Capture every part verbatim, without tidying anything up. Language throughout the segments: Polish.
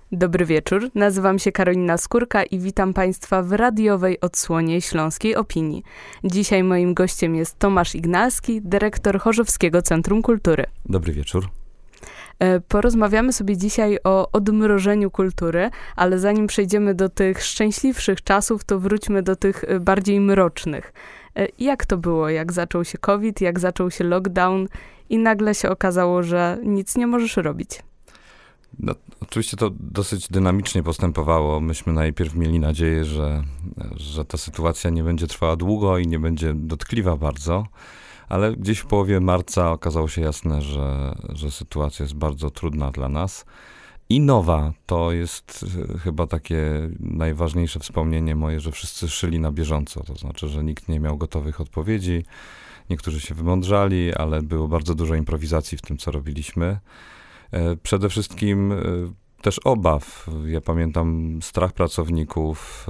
Dobry wieczór, nazywam się Karolina Skórka i witam Państwa w radiowej odsłonie Śląskiej Opinii. Dzisiaj moim gościem jest Tomasz Ignalski, dyrektor Chorzowskiego Centrum Kultury. Dobry wieczór. Porozmawiamy sobie dzisiaj o odmrożeniu kultury, ale zanim przejdziemy do tych szczęśliwszych czasów, to wróćmy do tych bardziej mrocznych. Jak to było, jak zaczął się COVID, jak zaczął się lockdown i nagle się okazało, że nic nie możesz robić? No, oczywiście to dosyć dynamicznie postępowało. Myśmy najpierw mieli nadzieję, że, że ta sytuacja nie będzie trwała długo i nie będzie dotkliwa bardzo, ale gdzieś w połowie marca okazało się jasne, że, że sytuacja jest bardzo trudna dla nas i nowa. To jest chyba takie najważniejsze wspomnienie moje, że wszyscy szyli na bieżąco. To znaczy, że nikt nie miał gotowych odpowiedzi. Niektórzy się wymądrzali, ale było bardzo dużo improwizacji w tym, co robiliśmy. Przede wszystkim też obaw. Ja pamiętam strach pracowników,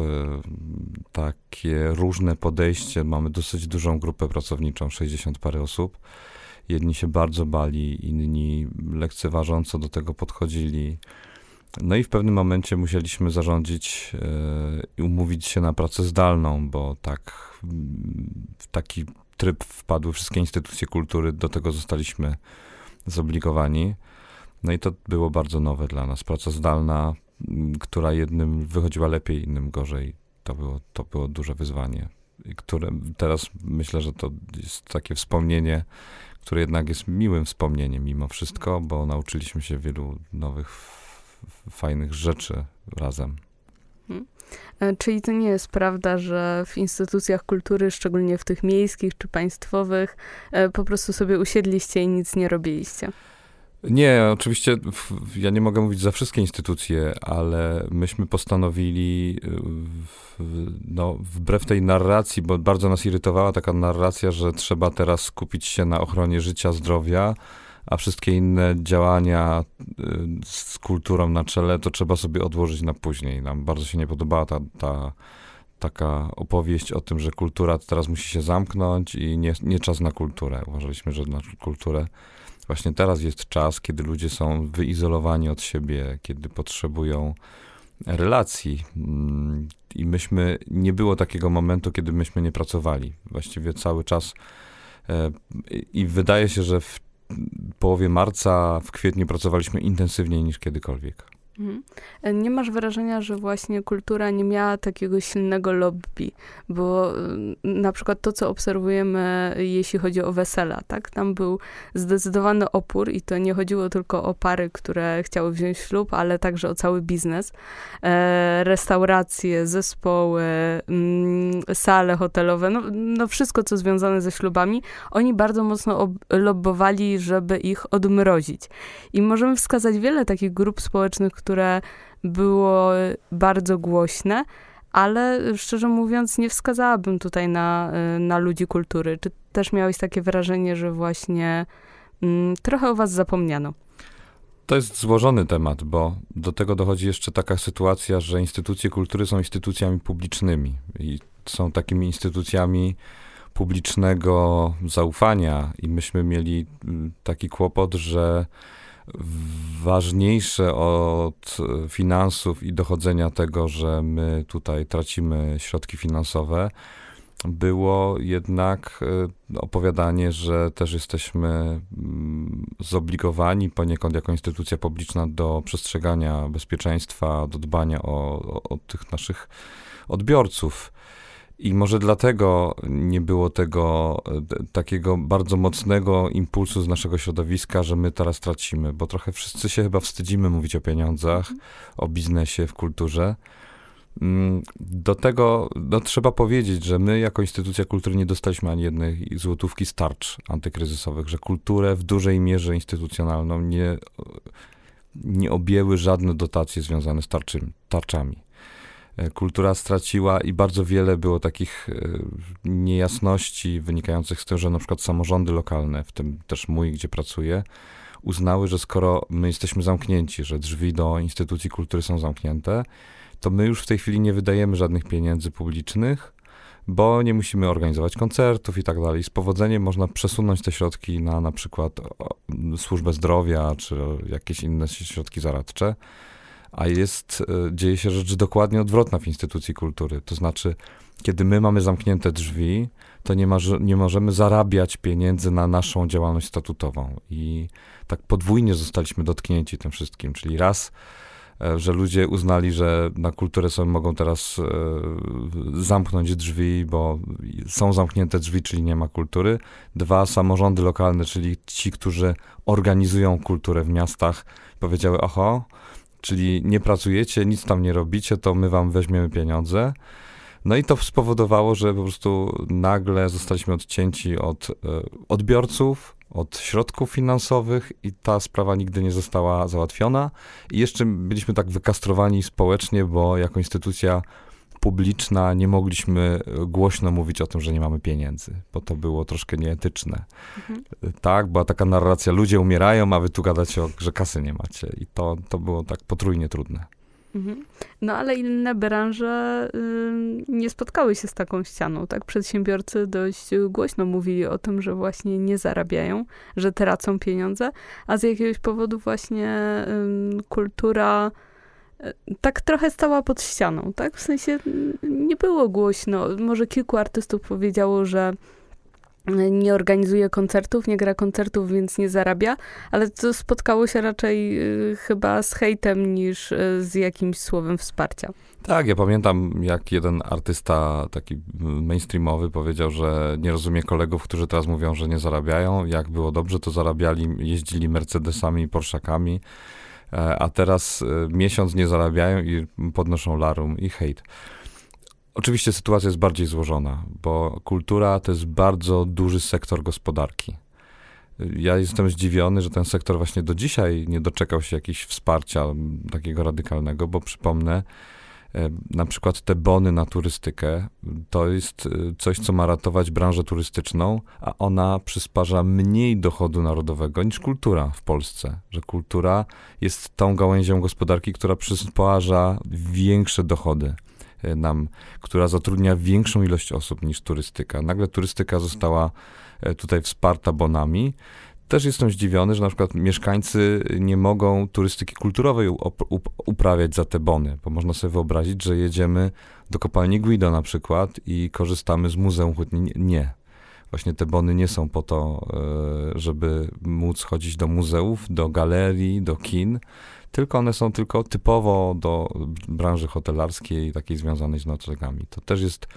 takie różne podejście. Mamy dosyć dużą grupę pracowniczą, sześćdziesiąt parę osób. Jedni się bardzo bali, inni lekceważąco do tego podchodzili. No i w pewnym momencie musieliśmy zarządzić i umówić się na pracę zdalną, bo tak w taki tryb wpadły wszystkie instytucje kultury, do tego zostaliśmy zobligowani. No i to było bardzo nowe dla nas. Praca zdalna, która jednym wychodziła lepiej, innym gorzej. To było, to było duże wyzwanie, które teraz myślę, że to jest takie wspomnienie, które jednak jest miłym wspomnieniem mimo wszystko, bo nauczyliśmy się wielu nowych, f- fajnych rzeczy razem. Hmm. Czyli to nie jest prawda, że w instytucjach kultury, szczególnie w tych miejskich czy państwowych, po prostu sobie usiedliście i nic nie robiliście? Nie, oczywiście w, ja nie mogę mówić za wszystkie instytucje, ale myśmy postanowili, w, no, wbrew tej narracji, bo bardzo nas irytowała taka narracja, że trzeba teraz skupić się na ochronie życia, zdrowia, a wszystkie inne działania z kulturą na czele to trzeba sobie odłożyć na później. Nam bardzo się nie podobała ta, ta taka opowieść o tym, że kultura teraz musi się zamknąć i nie, nie czas na kulturę. Uważaliśmy, że na kulturę właśnie teraz jest czas, kiedy ludzie są wyizolowani od siebie, kiedy potrzebują relacji. I myśmy, nie było takiego momentu, kiedy myśmy nie pracowali. Właściwie cały czas. I wydaje się, że w połowie marca, w kwietniu pracowaliśmy intensywniej niż kiedykolwiek. Mhm. Nie masz wrażenia, że właśnie kultura nie miała takiego silnego lobby, bo na przykład to, co obserwujemy, jeśli chodzi o wesela, tak? Tam był zdecydowany opór i to nie chodziło tylko o pary, które chciały wziąć ślub, ale także o cały biznes. E, restauracje, zespoły, mm, sale hotelowe, no, no wszystko, co związane ze ślubami. Oni bardzo mocno ob- lobbowali, żeby ich odmrozić. I możemy wskazać wiele takich grup społecznych, które było bardzo głośne, ale szczerze mówiąc nie wskazałabym tutaj na, na ludzi kultury. Czy też miałeś takie wrażenie, że właśnie mm, trochę o was zapomniano? To jest złożony temat, bo do tego dochodzi jeszcze taka sytuacja, że instytucje kultury są instytucjami publicznymi i są takimi instytucjami publicznego zaufania i myśmy mieli taki kłopot, że ważniejsze od finansów i dochodzenia tego, że my tutaj tracimy środki finansowe, było jednak opowiadanie, że też jesteśmy zobligowani poniekąd jako instytucja publiczna do przestrzegania bezpieczeństwa, do dbania o, o, o tych naszych odbiorców. I może dlatego nie było tego takiego bardzo mocnego impulsu z naszego środowiska, że my teraz tracimy, bo trochę wszyscy się chyba wstydzimy mówić o pieniądzach, o biznesie w kulturze. Do tego no, trzeba powiedzieć, że my jako instytucja kultury nie dostaliśmy ani jednej złotówki z tarcz antykryzysowych, że kulturę w dużej mierze instytucjonalną nie, nie objęły żadne dotacje związane z tarczy, tarczami. Kultura straciła i bardzo wiele było takich niejasności wynikających z tego, że na przykład samorządy lokalne, w tym też mój, gdzie pracuję, uznały, że skoro my jesteśmy zamknięci, że drzwi do instytucji kultury są zamknięte, to my już w tej chwili nie wydajemy żadnych pieniędzy publicznych, bo nie musimy organizować koncertów i tak dalej. Z powodzeniem można przesunąć te środki na na przykład służbę zdrowia, czy jakieś inne środki zaradcze. a jest, dzieje się rzecz dokładnie odwrotna w instytucji kultury. To znaczy, kiedy my mamy zamknięte drzwi, to nie, ma, nie możemy zarabiać pieniędzy na naszą działalność statutową. I tak podwójnie zostaliśmy dotknięci tym wszystkim, czyli raz, że ludzie uznali, że na kulturę sobie mogą teraz e, zamknąć drzwi, bo są zamknięte drzwi, czyli nie ma kultury. Dwa, samorządy lokalne, czyli ci, którzy organizują kulturę w miastach, powiedziały, oho, czyli nie pracujecie, nic tam nie robicie, to my wam weźmiemy pieniądze. No i to spowodowało, że po prostu nagle zostaliśmy odcięci od e, odbiorców, od środków finansowych i ta sprawa nigdy nie została załatwiona. I jeszcze byliśmy tak wykastrowani społecznie, bo jako instytucja publiczna nie mogliśmy głośno mówić o tym, że nie mamy pieniędzy, bo to było troszkę nieetyczne. Mhm. Tak, była taka narracja, ludzie umierają, a wy tu gadacie, o, że kasy nie macie. I to, to było tak potrójnie trudne. No ale inne branże y, nie spotkały się z taką ścianą, tak? Przedsiębiorcy dość głośno mówili o tym, że właśnie nie zarabiają, że tracą pieniądze, a z jakiegoś powodu właśnie y, kultura y, tak trochę stała pod ścianą, tak? W sensie nie było głośno. Może kilku artystów powiedziało, że nie organizuje koncertów, nie gra koncertów, więc nie zarabia, ale to spotkało się raczej y, chyba z hejtem niż y, z jakimś słowem wsparcia. Tak, ja pamiętam, jak jeden artysta taki mainstreamowy powiedział, że nie rozumie kolegów, którzy teraz mówią, że nie zarabiają. Jak było dobrze, to zarabiali, jeździli Mercedesami i Porszakami, a teraz y, miesiąc nie zarabiają i podnoszą larum i hejt. Oczywiście sytuacja jest bardziej złożona, bo kultura to jest bardzo duży sektor gospodarki. Ja jestem zdziwiony, że ten sektor właśnie do dzisiaj nie doczekał się jakiegoś wsparcia takiego radykalnego, bo przypomnę, na przykład te bony na turystykę, to jest coś, co ma ratować branżę turystyczną, a ona przysparza mniej dochodu narodowego niż kultura w Polsce. Że kultura jest tą gałęzią gospodarki, która przysparza większe dochody nam, która zatrudnia większą ilość osób niż turystyka. Nagle turystyka została tutaj wsparta bonami. Też jestem zdziwiony, że na przykład mieszkańcy nie mogą turystyki kulturowej uprawiać za te bony, bo można sobie wyobrazić, że jedziemy do kopalni Guido na przykład i korzystamy z Muzeum Hutni. Nie. Właśnie te bony nie są po to, żeby móc chodzić do muzeów, do galerii, do kin, tylko one są tylko typowo do branży hotelarskiej, takiej związanej z noclegami. To też jest,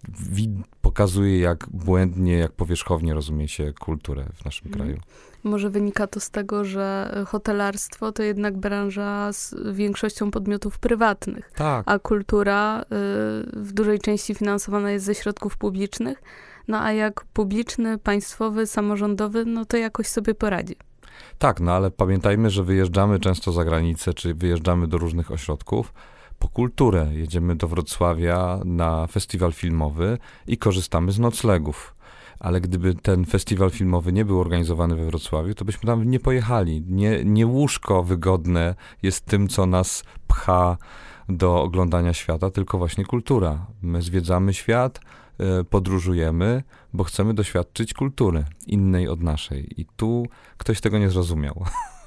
pokazuje, jak błędnie, jak powierzchownie rozumie się kulturę w naszym kraju. Może wynika to z tego, że hotelarstwo to jednak branża z większością podmiotów prywatnych, tak. A kultura y, w dużej części finansowana jest ze środków publicznych, no a jak publiczny, państwowy, samorządowy, no to jakoś sobie poradzi. Tak, no ale pamiętajmy, że wyjeżdżamy często za granicę, czy wyjeżdżamy do różnych ośrodków po kulturę. Jedziemy do Wrocławia na festiwal filmowy i korzystamy z noclegów. Ale gdyby ten festiwal filmowy nie był organizowany we Wrocławiu, to byśmy tam nie pojechali. Nie, nie łóżko wygodne jest tym, co nas pcha do oglądania świata, tylko właśnie kultura. My zwiedzamy świat, podróżujemy, bo chcemy doświadczyć kultury innej od naszej. I tu ktoś tego nie zrozumiał.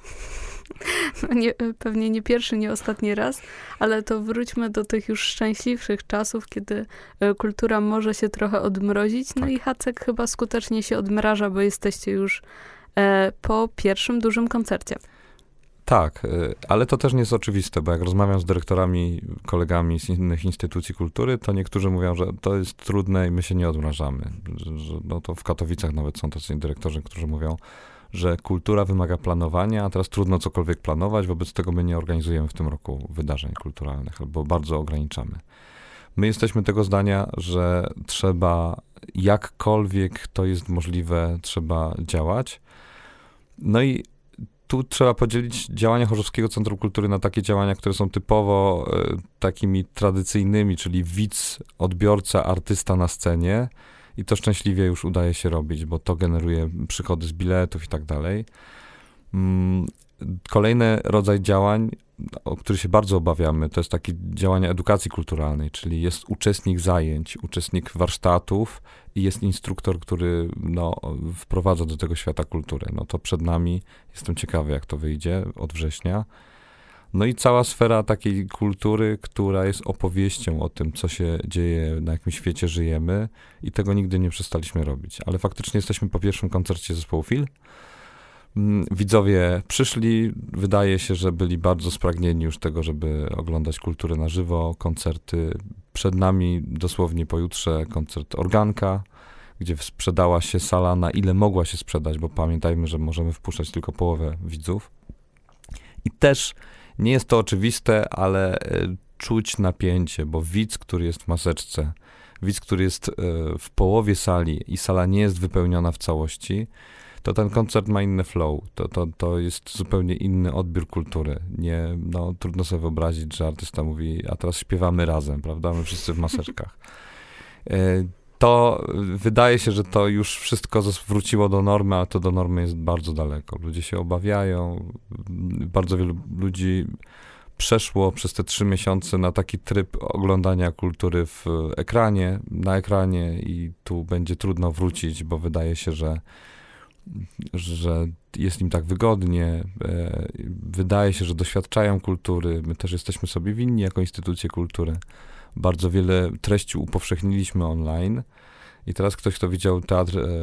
No nie, pewnie nie pierwszy, nie ostatni raz, ale to wróćmy do tych już szczęśliwszych czasów, kiedy kultura może się trochę odmrozić. No tak. I Hacek chyba skutecznie się odmraża, bo jesteście już e, po pierwszym dużym koncercie. Tak, ale to też nie jest oczywiste, bo jak rozmawiam z dyrektorami, kolegami z innych instytucji kultury, to niektórzy mówią, że to jest trudne i my się nie odmrażamy. Że, no to w Katowicach nawet są tacy dyrektorzy, którzy mówią, że kultura wymaga planowania, a teraz trudno cokolwiek planować, wobec tego my nie organizujemy w tym roku wydarzeń kulturalnych, albo bardzo ograniczamy. My jesteśmy tego zdania, że trzeba, jakkolwiek to jest możliwe, trzeba działać. No i tu trzeba podzielić działania Chorzowskiego Centrum Kultury na takie działania, które są typowo e, takimi tradycyjnymi, czyli widz, odbiorca, artysta na scenie i to szczęśliwie już udaje się robić, bo to generuje przychody z biletów i tak dalej. Mm, kolejny rodzaj działań, o który się bardzo obawiamy, to jest takie działania edukacji kulturalnej, czyli jest uczestnik zajęć, uczestnik warsztatów i jest instruktor, który no, wprowadza do tego świata kulturę. No to przed nami, jestem ciekawy, jak to wyjdzie od września. No i cała sfera takiej kultury, która jest opowieścią o tym, co się dzieje, na jakim świecie żyjemy i tego nigdy nie przestaliśmy robić. Ale faktycznie jesteśmy po pierwszym koncercie zespołu Fil. Widzowie przyszli, wydaje się, że byli bardzo spragnieni już tego, żeby oglądać kulturę na żywo, koncerty. Przed nami dosłownie pojutrze koncert Organka, gdzie sprzedała się sala na ile mogła się sprzedać, bo pamiętajmy, że możemy wpuszczać tylko połowę widzów. I też nie jest to oczywiste, ale czuć napięcie, bo widz, który jest w maseczce, widz, który jest w połowie sali i sala nie jest wypełniona w całości, to ten koncert ma inny flow. To, to, to jest zupełnie inny odbiór kultury. Nie, no, trudno sobie wyobrazić, że artysta mówi, a teraz śpiewamy razem, prawda? My wszyscy w maseczkach. To wydaje się, że to już wszystko wróciło do normy, ale to do normy jest bardzo daleko. Ludzie się obawiają. Bardzo wielu ludzi przeszło przez te trzy miesiące na taki tryb oglądania kultury w ekranie, na ekranie i tu będzie trudno wrócić, bo wydaje się, że że jest im tak wygodnie, wydaje się, że doświadczają kultury, my też jesteśmy sobie winni jako instytucje kultury. Bardzo wiele treści upowszechniliśmy online i teraz ktoś, kto widział teatr, e,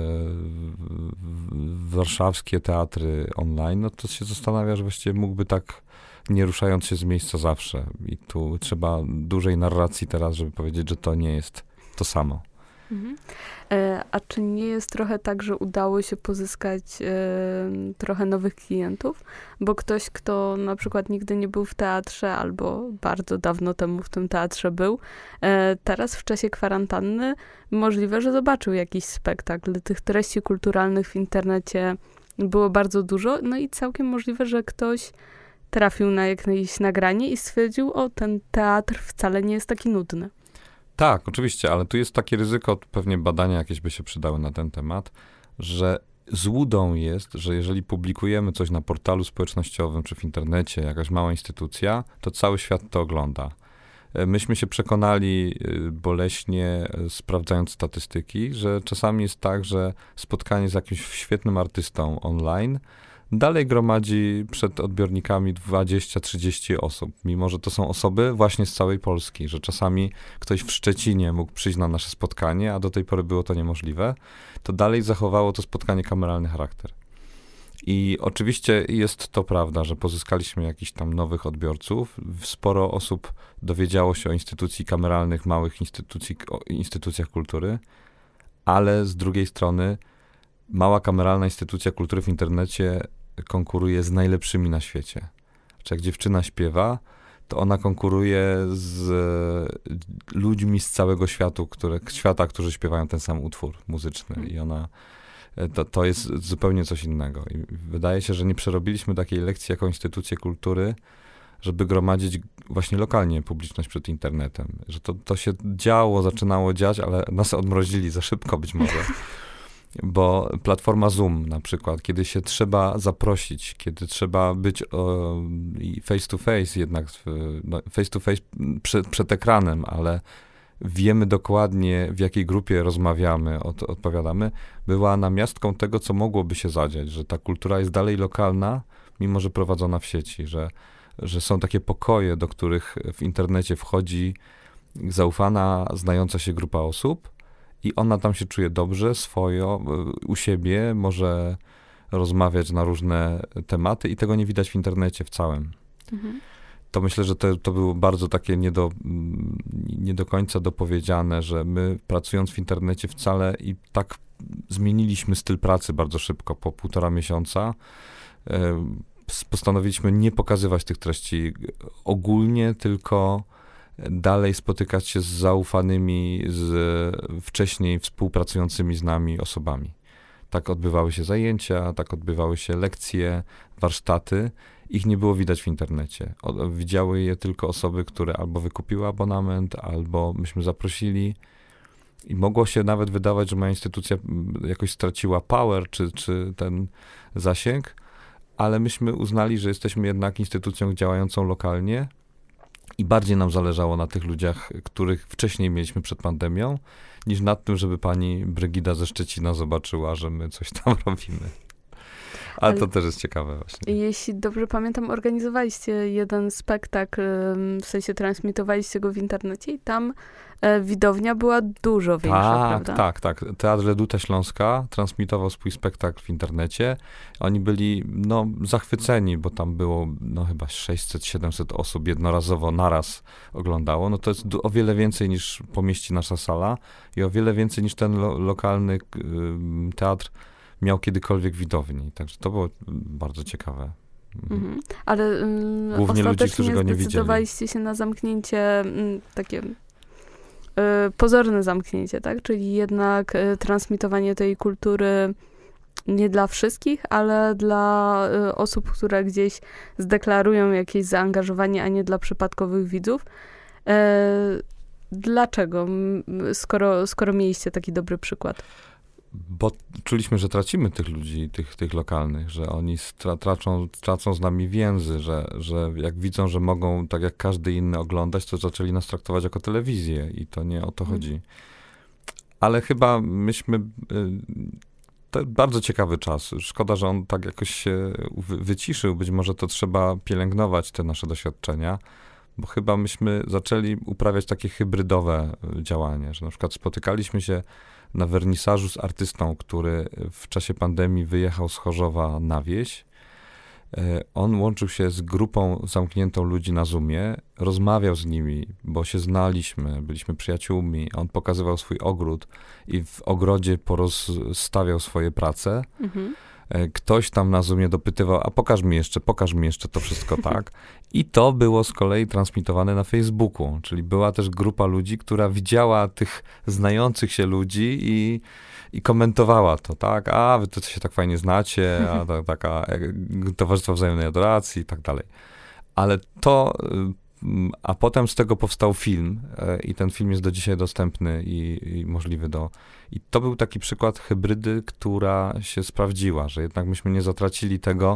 warszawskie teatry online, no to się zastanawia, że właściwie mógłby tak nie ruszając się z miejsca zawsze i tu trzeba dużej narracji teraz, żeby powiedzieć, że to nie jest to samo. Mhm. E, a czy nie jest trochę tak, że udało się pozyskać e, trochę nowych klientów? Bo ktoś, kto na przykład nigdy nie był w teatrze albo bardzo dawno temu w tym teatrze był, e, teraz w czasie kwarantanny możliwe, że zobaczył jakiś spektakl. Tych treści kulturalnych w internecie było bardzo dużo, no i całkiem możliwe, że ktoś trafił na jakieś nagranie i stwierdził, o, ten teatr wcale nie jest taki nudny. Tak, oczywiście, ale tu jest takie ryzyko, pewnie badania jakieś by się przydały na ten temat, że złudą jest, że jeżeli publikujemy coś na portalu społecznościowym czy w internecie, jakaś mała instytucja, to cały świat to ogląda. Myśmy się przekonali boleśnie, sprawdzając statystyki, że czasami jest tak, że spotkanie z jakimś świetnym artystą online dalej gromadzi przed odbiornikami dwadzieścia trzydzieści osób, mimo że to są osoby właśnie z całej Polski, że czasami ktoś w Szczecinie mógł przyjść na nasze spotkanie, a do tej pory było to niemożliwe, to dalej zachowało to spotkanie kameralny charakter. I oczywiście jest to prawda, że pozyskaliśmy jakichś tam nowych odbiorców. Sporo osób dowiedziało się o instytucji kameralnych, małych instytucji, o instytucjach kultury, ale z drugiej strony mała kameralna instytucja kultury w internecie konkuruje z najlepszymi na świecie. Czy jak dziewczyna śpiewa, to ona konkuruje z ludźmi z całego światu, które, świata, którzy śpiewają ten sam utwór muzyczny i ona, to, to jest zupełnie coś innego. I wydaje się, że nie przerobiliśmy takiej lekcji jako instytucje kultury, żeby gromadzić właśnie lokalnie publiczność przed internetem. Że to, to się działo, zaczynało dziać, ale nas odmrozili za szybko być może. Bo platforma Zoom na przykład, kiedy się trzeba zaprosić, kiedy trzeba być o, face to face jednak, no, face to face przed, przed ekranem, ale wiemy dokładnie, w jakiej grupie rozmawiamy, od, odpowiadamy, była namiastką tego, co mogłoby się zadziać, że ta kultura jest dalej lokalna, mimo że prowadzona w sieci, że, że są takie pokoje, do których w internecie wchodzi zaufana, znająca się grupa osób, i ona tam się czuje dobrze, swojo, u siebie, może rozmawiać na różne tematy i tego nie widać w internecie w całym. Mhm. To myślę, że to, to było bardzo takie nie do, nie do końca dopowiedziane, że my pracując w internecie wcale i tak zmieniliśmy styl pracy bardzo szybko, po półtora miesiąca. Postanowiliśmy nie pokazywać tych treści ogólnie, tylko dalej spotykać się z zaufanymi, z wcześniej współpracującymi z nami osobami. Tak odbywały się zajęcia, tak odbywały się lekcje, warsztaty. Ich nie było widać w internecie. O, widziały je tylko osoby, które albo wykupiły abonament, albo myśmy zaprosili. I mogło się nawet wydawać, że moja instytucja jakoś straciła power, czy, czy ten zasięg, ale myśmy uznali, że jesteśmy jednak instytucją działającą lokalnie, i bardziej nam zależało na tych ludziach, których wcześniej mieliśmy przed pandemią, niż nad tym, żeby pani Brygida ze Szczecina zobaczyła, że my coś tam robimy. Ale to też jest ciekawe właśnie. Jeśli dobrze pamiętam, organizowaliście jeden spektakl, w sensie transmitowaliście go w internecie i tam e, widownia była dużo większa, tak, prawda? Tak, tak. Teatr Reduta Śląska transmitował swój spektakl w internecie. Oni byli, no, zachwyceni, bo tam było, no, chyba sześćset siedemset osób jednorazowo naraz oglądało. No to jest o wiele więcej niż pomieści nasza sala i o wiele więcej niż ten lo- lokalny y, teatr miał kiedykolwiek widowni. Także to było bardzo ciekawe. Mhm. Ale y, Głównie ludzi, ostatecznie którzy go nie widzieli. zdecydowaliście się na zamknięcie, y, takie y, pozorne zamknięcie, tak? Czyli jednak y, transmitowanie tej kultury nie dla wszystkich, ale dla y, osób, które gdzieś zdeklarują jakieś zaangażowanie, a nie dla przypadkowych widzów. Y, dlaczego? M, Skoro, skoro mieliście taki dobry przykład. Bo czuliśmy, że tracimy tych ludzi, tych, tych lokalnych, że oni stra- tracą, tracą z nami więzy, że, że jak widzą, że mogą tak jak każdy inny oglądać, to zaczęli nas traktować jako telewizję i to nie o to chodzi. Ale chyba myśmy... Y, to bardzo ciekawy czas. Szkoda, że on tak jakoś się wy- wyciszył. Być może to trzeba pielęgnować, te nasze doświadczenia, bo chyba myśmy zaczęli uprawiać takie hybrydowe działania, że na przykład spotykaliśmy się na wernisażu z artystą, który w czasie pandemii wyjechał z Chorzowa na wieś. On łączył się z grupą zamkniętą ludzi na Zoomie, rozmawiał z nimi, bo się znaliśmy, byliśmy przyjaciółmi. On pokazywał swój ogród i w ogrodzie porozstawiał swoje prace. Mhm. Ktoś tam na Zoomie dopytywał, a pokaż mi jeszcze, pokaż mi jeszcze to wszystko, tak? I to było z kolei transmitowane na Facebooku, czyli była też grupa ludzi, która widziała tych znających się ludzi i, i komentowała to, tak? A, wy to się tak fajnie znacie, a ta, taka towarzystwo wzajemnej adoracji i tak dalej. Ale to... A potem z tego powstał film i ten film jest do dzisiaj dostępny i, i możliwy do... I to był taki przykład hybrydy, która się sprawdziła, że jednak myśmy nie zatracili tego,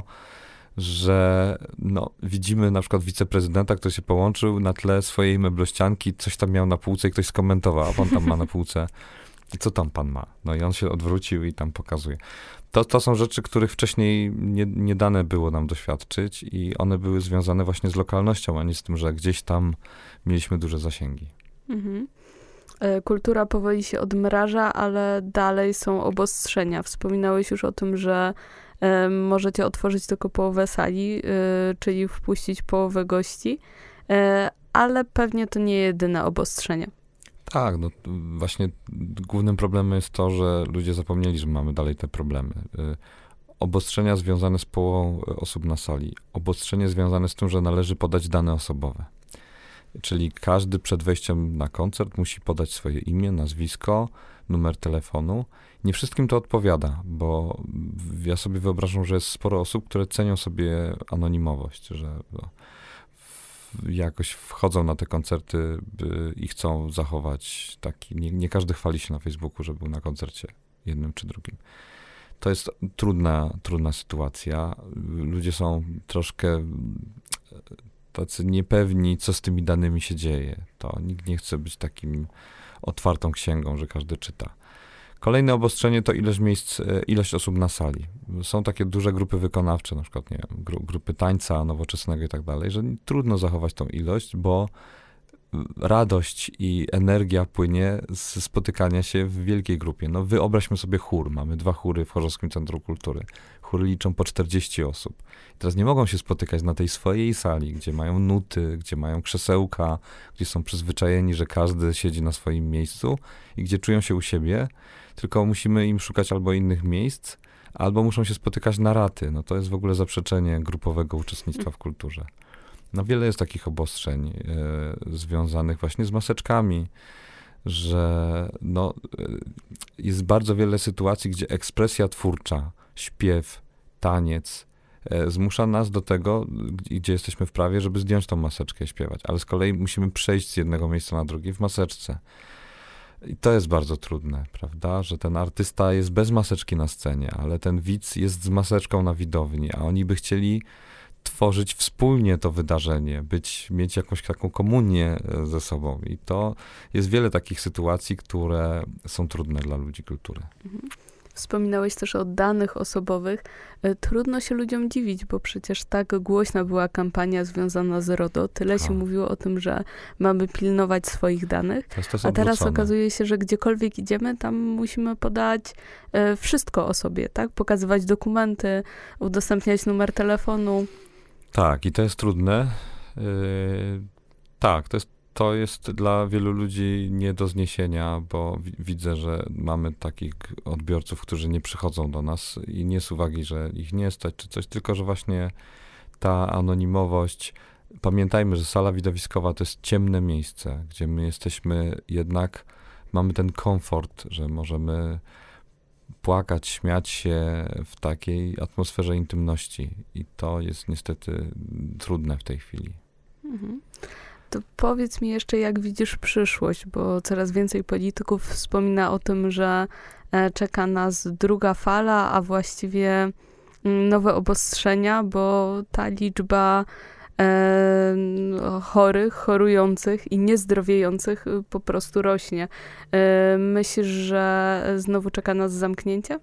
że no, widzimy na przykład wiceprezydenta, który się połączył na tle swojej meblościanki, coś tam miał na półce i ktoś skomentował, a pan tam ma na półce. I co tam pan ma? No i on się odwrócił i tam pokazuje. To, to są rzeczy, których wcześniej nie, nie dane było nam doświadczyć i one były związane właśnie z lokalnością, a nie z tym, że gdzieś tam mieliśmy duże zasięgi. Mhm. Kultura powoli się odmraża, ale dalej są obostrzenia. Wspominałeś już o tym, że y, możecie otworzyć tylko połowę sali, y, czyli wpuścić połowę gości, y, ale pewnie to nie jedyne obostrzenie. Tak, no właśnie głównym problemem jest to, że ludzie zapomnieli, że mamy dalej te problemy. Obostrzenia związane z połową osób na sali. Obostrzenie związane z tym, że należy podać dane osobowe. Czyli każdy przed wejściem na koncert musi podać swoje imię, nazwisko, numer telefonu. Nie wszystkim to odpowiada, bo ja sobie wyobrażam, że jest sporo osób, które cenią sobie anonimowość, że no, jakoś wchodzą na te koncerty i chcą zachować taki... Nie, nie każdy chwali się na Facebooku, że był na koncercie jednym czy drugim. To jest trudna, trudna sytuacja. Ludzie są troszkę tacy niepewni, co z tymi danymi się dzieje. To nikt nie chce być takim otwartą księgą, że każdy czyta. Kolejne obostrzenie to ilość miejsc, ilość osób na sali. Są takie duże grupy wykonawcze, na przykład nie wiem, gru, grupy tańca nowoczesnego i tak dalej, że trudno zachować tą ilość, bo radość i energia płynie z spotykania się w wielkiej grupie. No wyobraźmy sobie chór. Mamy dwa chóry w Chorzowskim Centrum Kultury. Chóry liczą po czterdzieści osób. I teraz nie mogą się spotykać na tej swojej sali, gdzie mają nuty, gdzie mają krzesełka, gdzie są przyzwyczajeni, że każdy siedzi na swoim miejscu i gdzie czują się u siebie, tylko musimy im szukać albo innych miejsc, albo muszą się spotykać na raty. No to jest w ogóle zaprzeczenie grupowego uczestnictwa w kulturze. No wiele jest takich obostrzeń e, związanych właśnie z maseczkami, że no, e, jest bardzo wiele sytuacji, gdzie ekspresja twórcza, śpiew, taniec e, zmusza nas do tego, gdzie jesteśmy w prawie, żeby zdjąć tą maseczkę i śpiewać, ale z kolei musimy przejść z jednego miejsca na drugie w maseczce. I to jest bardzo trudne, prawda, że ten artysta jest bez maseczki na scenie, ale ten widz jest z maseczką na widowni, a oni by chcieli tworzyć wspólnie to wydarzenie, być, mieć jakąś taką komunię ze sobą. I to jest wiele takich sytuacji, które są trudne dla ludzi kultury. Wspominałeś też o danych osobowych. Trudno się ludziom dziwić, bo przecież tak głośna była kampania związana z RODO. Tyle Ha. się mówiło o tym, że mamy pilnować swoich danych. To jest to A teraz odwrócone. okazuje się, że gdziekolwiek idziemy, tam musimy podać e, wszystko o sobie, tak? Pokazywać dokumenty, udostępniać numer telefonu. Tak, i to jest trudne. Yy, tak, to jest, to jest dla wielu ludzi nie do zniesienia, bo wi- widzę, że mamy takich odbiorców, którzy nie przychodzą do nas i nie z uwagi, że ich nie stać czy coś, tylko że właśnie ta anonimowość. Pamiętajmy, że sala widowiskowa to jest ciemne miejsce, gdzie my jesteśmy jednak, mamy ten komfort, że możemy płakać, śmiać się w takiej atmosferze intymności i to jest niestety trudne w tej chwili. Mhm. To powiedz mi jeszcze, jak widzisz przyszłość, bo coraz więcej polityków wspomina o tym, że e, czeka nas druga fala, a właściwie mm, nowe obostrzenia, bo ta liczba e, no, chorych, chorujących i niezdrowiejących y, po prostu rośnie. E, myślisz, że znowu czeka nas zamknięcie?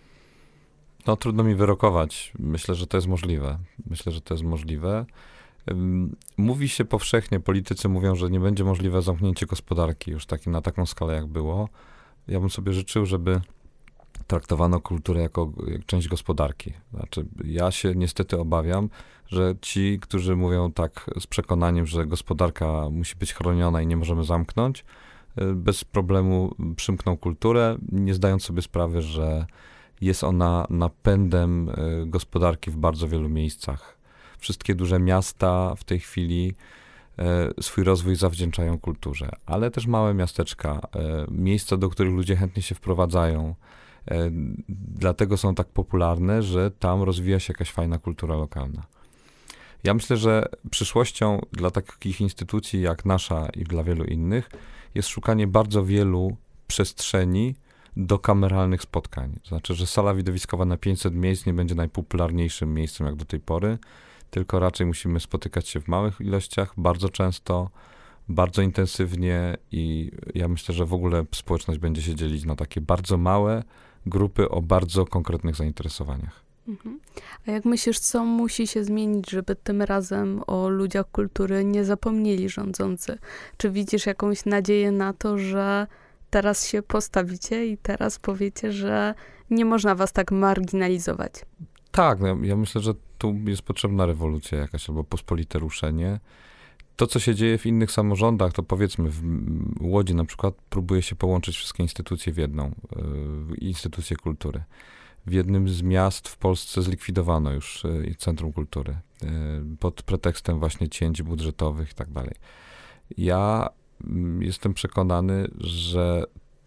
No trudno mi wyrokować. Myślę, że to jest możliwe. Myślę, że to jest możliwe. Ym, Mówi się powszechnie, politycy mówią, że nie będzie możliwe zamknięcie gospodarki już taki, na taką skalę, jak było. Ja bym sobie życzył, żeby traktowano kulturę jako jak część gospodarki. Znaczy, ja się niestety obawiam, że ci, którzy mówią tak z przekonaniem, że gospodarka musi być chroniona i nie możemy zamknąć, y, bez problemu przymkną kulturę, nie zdając sobie sprawy, że jest ona napędem y, gospodarki w bardzo wielu miejscach. Wszystkie duże miasta w tej chwili y, swój rozwój zawdzięczają kulturze, ale też małe miasteczka, y, miejsca, do których ludzie chętnie się wprowadzają, y, dlatego są tak popularne, że tam rozwija się jakaś fajna kultura lokalna. Ja myślę, że przyszłością dla takich instytucji jak nasza i dla wielu innych jest szukanie bardzo wielu przestrzeni do kameralnych spotkań. To znaczy, że sala widowiskowa na pięćset miejsc nie będzie najpopularniejszym miejscem jak do tej pory, tylko raczej musimy spotykać się w małych ilościach, bardzo często, bardzo intensywnie i ja myślę, że w ogóle społeczność będzie się dzielić na takie bardzo małe grupy o bardzo konkretnych zainteresowaniach. Mhm. A jak myślisz, co musi się zmienić, żeby tym razem o ludziach kultury nie zapomnieli rządzący? Czy widzisz jakąś nadzieję na to, że teraz się postawicie i teraz powiecie, że nie można was tak marginalizować? Tak, no, ja myślę, że tu jest potrzebna rewolucja jakaś albo pospolite ruszenie. To, co się dzieje w innych samorządach, to powiedzmy w Łodzi na przykład próbuje się połączyć wszystkie instytucje w jedną, y, instytucje kultury. W jednym z miast w Polsce zlikwidowano już y, Centrum Kultury y, pod pretekstem właśnie cięć budżetowych i tak dalej. Ja y, jestem przekonany, że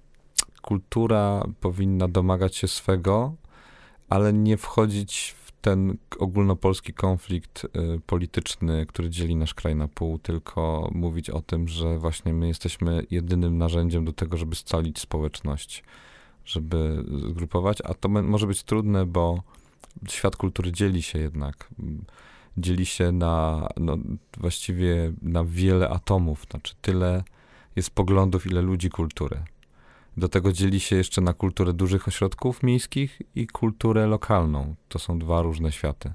kultura powinna domagać się swego, ale nie wchodzić w ten ogólnopolski konflikt y, polityczny, który dzieli nasz kraj na pół, tylko mówić o tym, że właśnie my jesteśmy jedynym narzędziem do tego, żeby scalić społeczność, żeby zgrupować, a to m- może być trudne, bo świat kultury dzieli się jednak, dzieli się na, no, właściwie na wiele atomów, znaczy tyle jest poglądów, ile ludzi kultury. Do tego dzieli się jeszcze na kulturę dużych ośrodków miejskich i kulturę lokalną. To są dwa różne światy.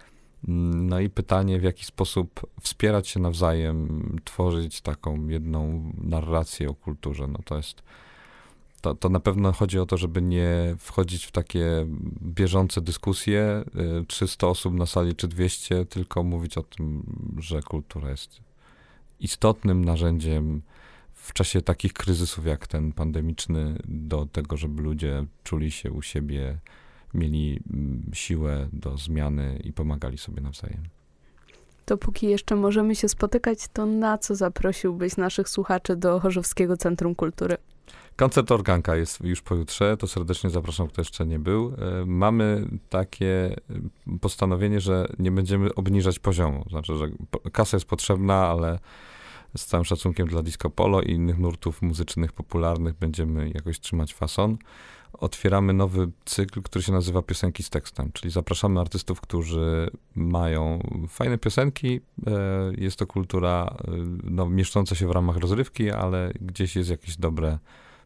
No i pytanie, w jaki sposób wspierać się nawzajem, tworzyć taką jedną narrację o kulturze. No to jest, to, to na pewno chodzi o to, żeby nie wchodzić w takie bieżące dyskusje, trzysta osób na sali czy dwieście, tylko mówić o tym, że kultura jest istotnym narzędziem w czasie takich kryzysów jak ten pandemiczny, do tego, żeby ludzie czuli się u siebie, mieli siłę do zmiany i pomagali sobie nawzajem. Dopóki jeszcze możemy się spotykać, to na co zaprosiłbyś naszych słuchaczy do Chorzowskiego Centrum Kultury? Koncert Organka jest już pojutrze, to serdecznie zapraszam, kto jeszcze nie był. Mamy takie postanowienie, że nie będziemy obniżać poziomu. Znaczy, że kasa jest potrzebna, ale z całym szacunkiem dla disco polo i innych nurtów muzycznych popularnych będziemy jakoś trzymać fason. Otwieramy nowy cykl, który się nazywa Piosenki z tekstem, czyli zapraszamy artystów, którzy mają fajne piosenki. Jest to kultura no, mieszcząca się w ramach rozrywki, ale gdzieś jest jakieś dobre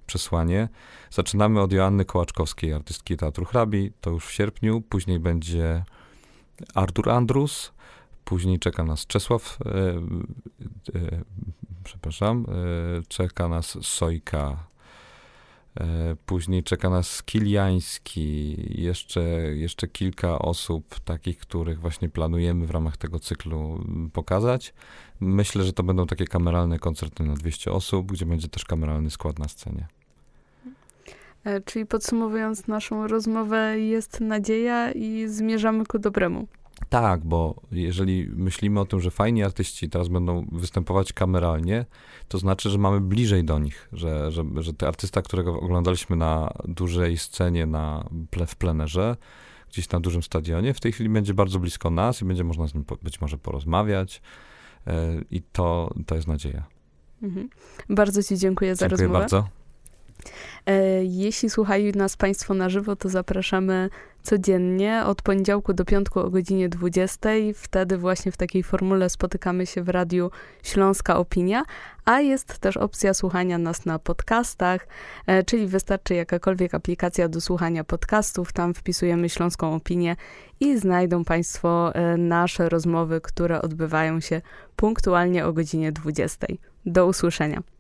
przesłanie. Zaczynamy od Joanny Kołaczkowskiej, artystki Teatru Hrabi, to już w sierpniu. Później będzie Artur Andrus, później czeka nas Czesław, e, e, przepraszam, e, czeka nas Sojka, e, później czeka nas Kiliański, jeszcze, jeszcze kilka osób takich, których właśnie planujemy w ramach tego cyklu pokazać. Myślę, że to będą takie kameralne koncerty na dwieście osób, gdzie będzie też kameralny skład na scenie. E, czyli podsumowując naszą rozmowę, jest nadzieja i zmierzamy ku dobremu. Tak, bo jeżeli myślimy o tym, że fajni artyści teraz będą występować kameralnie, to znaczy, że mamy bliżej do nich, że, że, że ten artysta, którego oglądaliśmy na dużej scenie, na ple, w plenerze, gdzieś na dużym stadionie, w tej chwili będzie bardzo blisko nas i będzie można z nim po, być może porozmawiać yy, i to, to jest nadzieja. Mhm. Bardzo ci dziękuję za dziękuję rozmowę. Dziękuję bardzo. Jeśli słuchają nas Państwo na żywo, to zapraszamy codziennie od poniedziałku do piątku o godzinie dwudziestej. Wtedy właśnie w takiej formule spotykamy się w Radiu Śląska Opinia, a jest też opcja słuchania nas na podcastach, czyli wystarczy jakakolwiek aplikacja do słuchania podcastów, tam wpisujemy Śląską Opinię i znajdą Państwo nasze rozmowy, które odbywają się punktualnie o godzinie dwudziestej. Do usłyszenia.